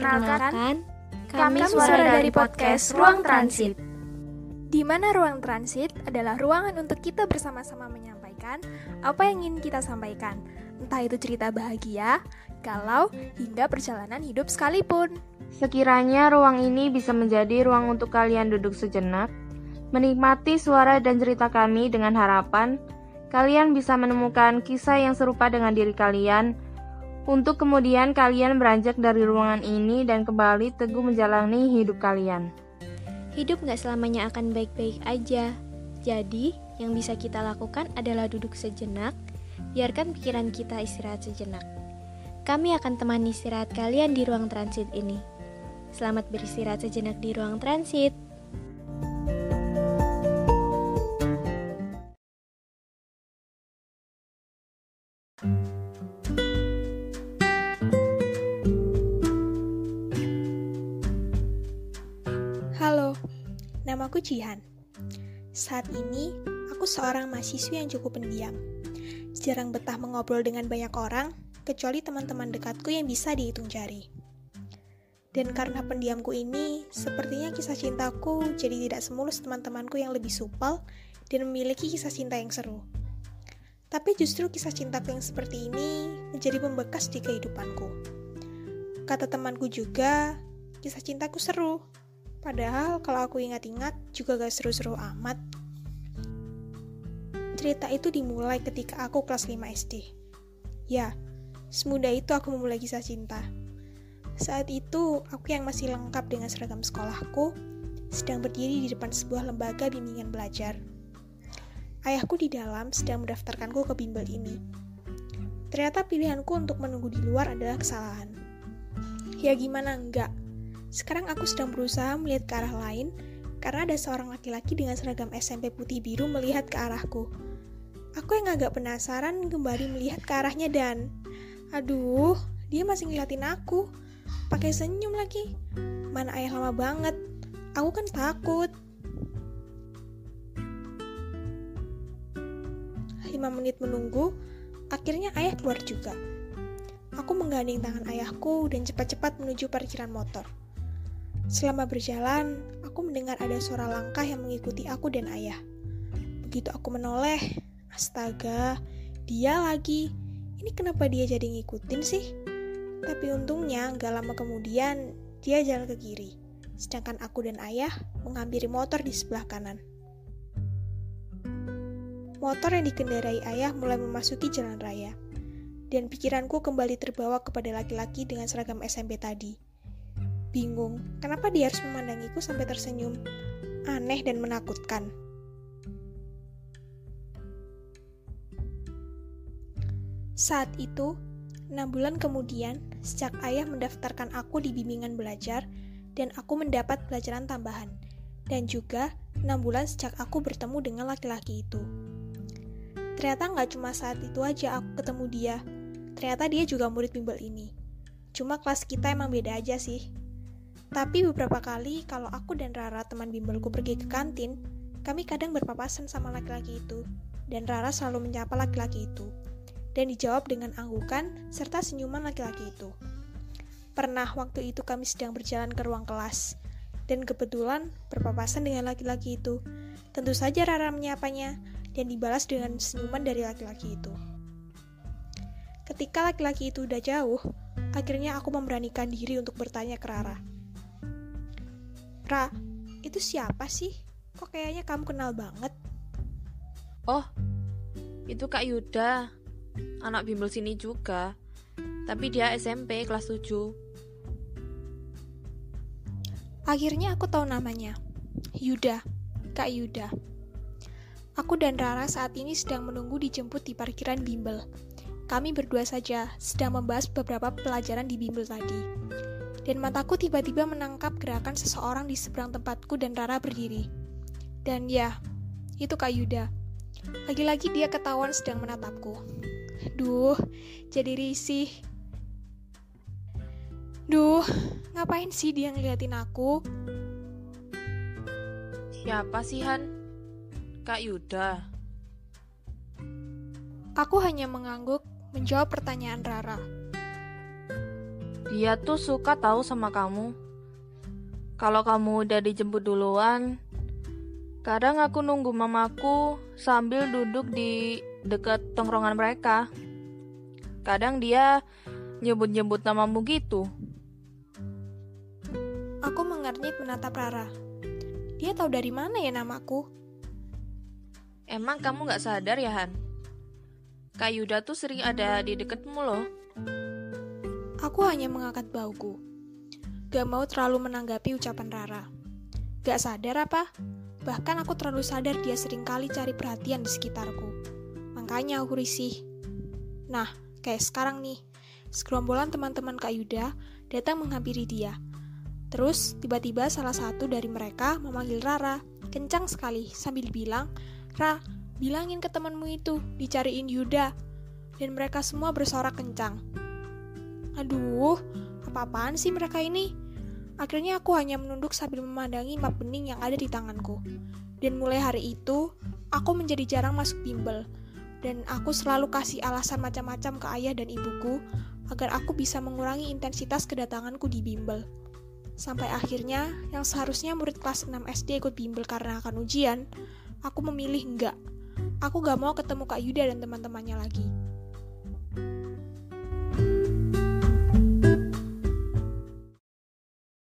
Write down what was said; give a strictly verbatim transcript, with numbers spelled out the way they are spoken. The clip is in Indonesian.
Perkenalkan, kami suara dari podcast Ruang Transit. Di mana ruang transit adalah ruangan untuk kita bersama-sama menyampaikan apa yang ingin kita sampaikan, entah itu cerita bahagia, galau, hingga perjalanan hidup sekalipun. Sekiranya ruang ini bisa menjadi ruang untuk kalian duduk sejenak, menikmati suara dan cerita kami dengan harapan kalian bisa menemukan kisah yang serupa dengan diri kalian, untuk kemudian kalian beranjak dari ruangan ini dan kembali teguh menjalani hidup kalian. Hidup gak selamanya akan baik-baik aja. Jadi, yang bisa kita lakukan adalah duduk sejenak, biarkan pikiran kita istirahat sejenak. Kami akan temani istirahat kalian di ruang transit ini. Selamat beristirahat sejenak di ruang transit. Halo, namaku Jihan. Saat ini, aku seorang mahasiswi yang cukup pendiam. Jarang betah mengobrol dengan banyak orang, kecuali teman-teman dekatku yang bisa dihitung jari. Dan karena pendiamku ini, sepertinya kisah cintaku jadi tidak semulus teman-temanku yang lebih supel dan memiliki kisah cinta yang seru. Tapi justru kisah cintaku yang seperti ini menjadi membekas di kehidupanku. Kata temanku juga, kisah cintaku seru. Padahal kalau aku ingat-ingat juga gak seru-seru amat. Cerita itu dimulai ketika aku kelas lima S D. Ya, semudah itu aku memulai kisah cinta. Saat itu, aku yang masih lengkap dengan seragam sekolahku, sedang berdiri di depan sebuah lembaga bimbingan belajar. Ayahku di dalam sedang mendaftarkanku ke bimbel ini. Ternyata pilihanku untuk menunggu di luar adalah kesalahan. Ya gimana enggak? Sekarang aku sedang berusaha melihat ke arah lain, karena ada seorang laki-laki dengan seragam S M P putih biru melihat ke arahku. Aku yang agak penasaran kembali melihat ke arahnya dan... Aduh, dia masih ngeliatin aku. Pakai senyum lagi. Mana ayah lama banget. Aku kan takut. Lima menit menunggu, akhirnya ayah keluar juga. Aku menggandeng tangan ayahku dan cepat-cepat menuju parkiran motor. Selama berjalan, aku mendengar ada suara langkah yang mengikuti aku dan ayah. Begitu aku menoleh, astaga, dia lagi. Ini kenapa dia jadi ngikutin sih? Tapi untungnya, gak lama kemudian, dia jalan ke kiri. Sedangkan aku dan ayah menghampiri motor di sebelah kanan. Motor yang dikendarai ayah mulai memasuki jalan raya. Dan pikiranku kembali terbawa kepada laki-laki dengan seragam S M P tadi. Bingung, kenapa dia harus memandangiku sampai tersenyum? Aneh dan menakutkan. Saat itu, enam bulan kemudian, sejak ayah mendaftarkan aku di bimbingan belajar, dan aku mendapat pelajaran tambahan, dan juga enam bulan sejak aku bertemu dengan laki-laki itu. Ternyata nggak cuma saat itu aja aku ketemu dia, ternyata dia juga murid bimbel ini. Cuma kelas kita emang beda aja sih. Tapi beberapa kali kalau aku dan Rara teman bimbelku pergi ke kantin, kami kadang berpapasan sama laki-laki itu, dan Rara selalu menyapa laki-laki itu, dan dijawab dengan anggukan serta senyuman laki-laki itu. Pernah waktu itu kami sedang berjalan ke ruang kelas, dan kebetulan berpapasan dengan laki-laki itu. Tentu saja Rara menyapanya, dan dibalas dengan senyuman dari laki-laki itu. Ketika laki-laki itu udah jauh, akhirnya aku memberanikan diri untuk bertanya ke Rara. Ra, itu siapa sih? Kok kayaknya kamu kenal banget? Oh, itu Kak Yuda, anak bimbel sini juga. Tapi dia S M P kelas tujuh. Akhirnya aku tahu namanya. Yuda, Kak Yuda. Aku dan Rara saat ini sedang menunggu dijemput di parkiran bimbel. Kami berdua saja sedang membahas beberapa pelajaran di bimbel tadi. Dan mataku tiba-tiba menangkap gerakan seseorang di seberang tempatku dan Rara berdiri. Dan ya, itu Kak Yuda. Lagi-lagi dia ketahuan sedang menatapku. Duh, jadi risih. Duh, ngapain sih dia ngeliatin aku? Siapa sih Han? Kak Yuda. Aku hanya mengangguk menjawab pertanyaan Rara. Dia tuh suka tahu sama kamu. Kalau kamu udah dijemput duluan, kadang aku nunggu mamaku sambil duduk di dekat tongkrongan mereka. Kadang dia nyebut-nyebut namamu gitu. Aku mengernyit menatap Rara. Dia tahu dari mana ya namaku? Emang kamu gak sadar ya, Han? Kak Yuda tuh sering ada di deketmu loh. Aku hanya mengangkat bauku. Gak mau terlalu menanggapi ucapan Rara. Gak sadar apa? Bahkan aku terlalu sadar dia seringkali cari perhatian di sekitarku. Makanya aku risih. Nah, kayak sekarang nih. Segerombolan teman-teman Kak Yuda datang menghampiri dia. Terus, tiba-tiba salah satu dari mereka memanggil Rara. Kencang sekali sambil bilang, "Ra, bilangin ke temanmu itu, dicariin Yuda." Dan mereka semua bersorak kencang. Aduh, apa-apaan sih mereka ini? Akhirnya aku hanya menunduk sambil memandangi map bening yang ada di tanganku. Dan mulai hari itu, aku menjadi jarang masuk bimbel. Dan aku selalu kasih alasan macam-macam ke ayah dan ibuku agar aku bisa mengurangi intensitas kedatanganku di bimbel. Sampai akhirnya, yang seharusnya murid kelas enam S D ikut bimbel karena akan ujian, aku memilih enggak. Aku gak mau ketemu Kak Yuda dan teman-temannya lagi.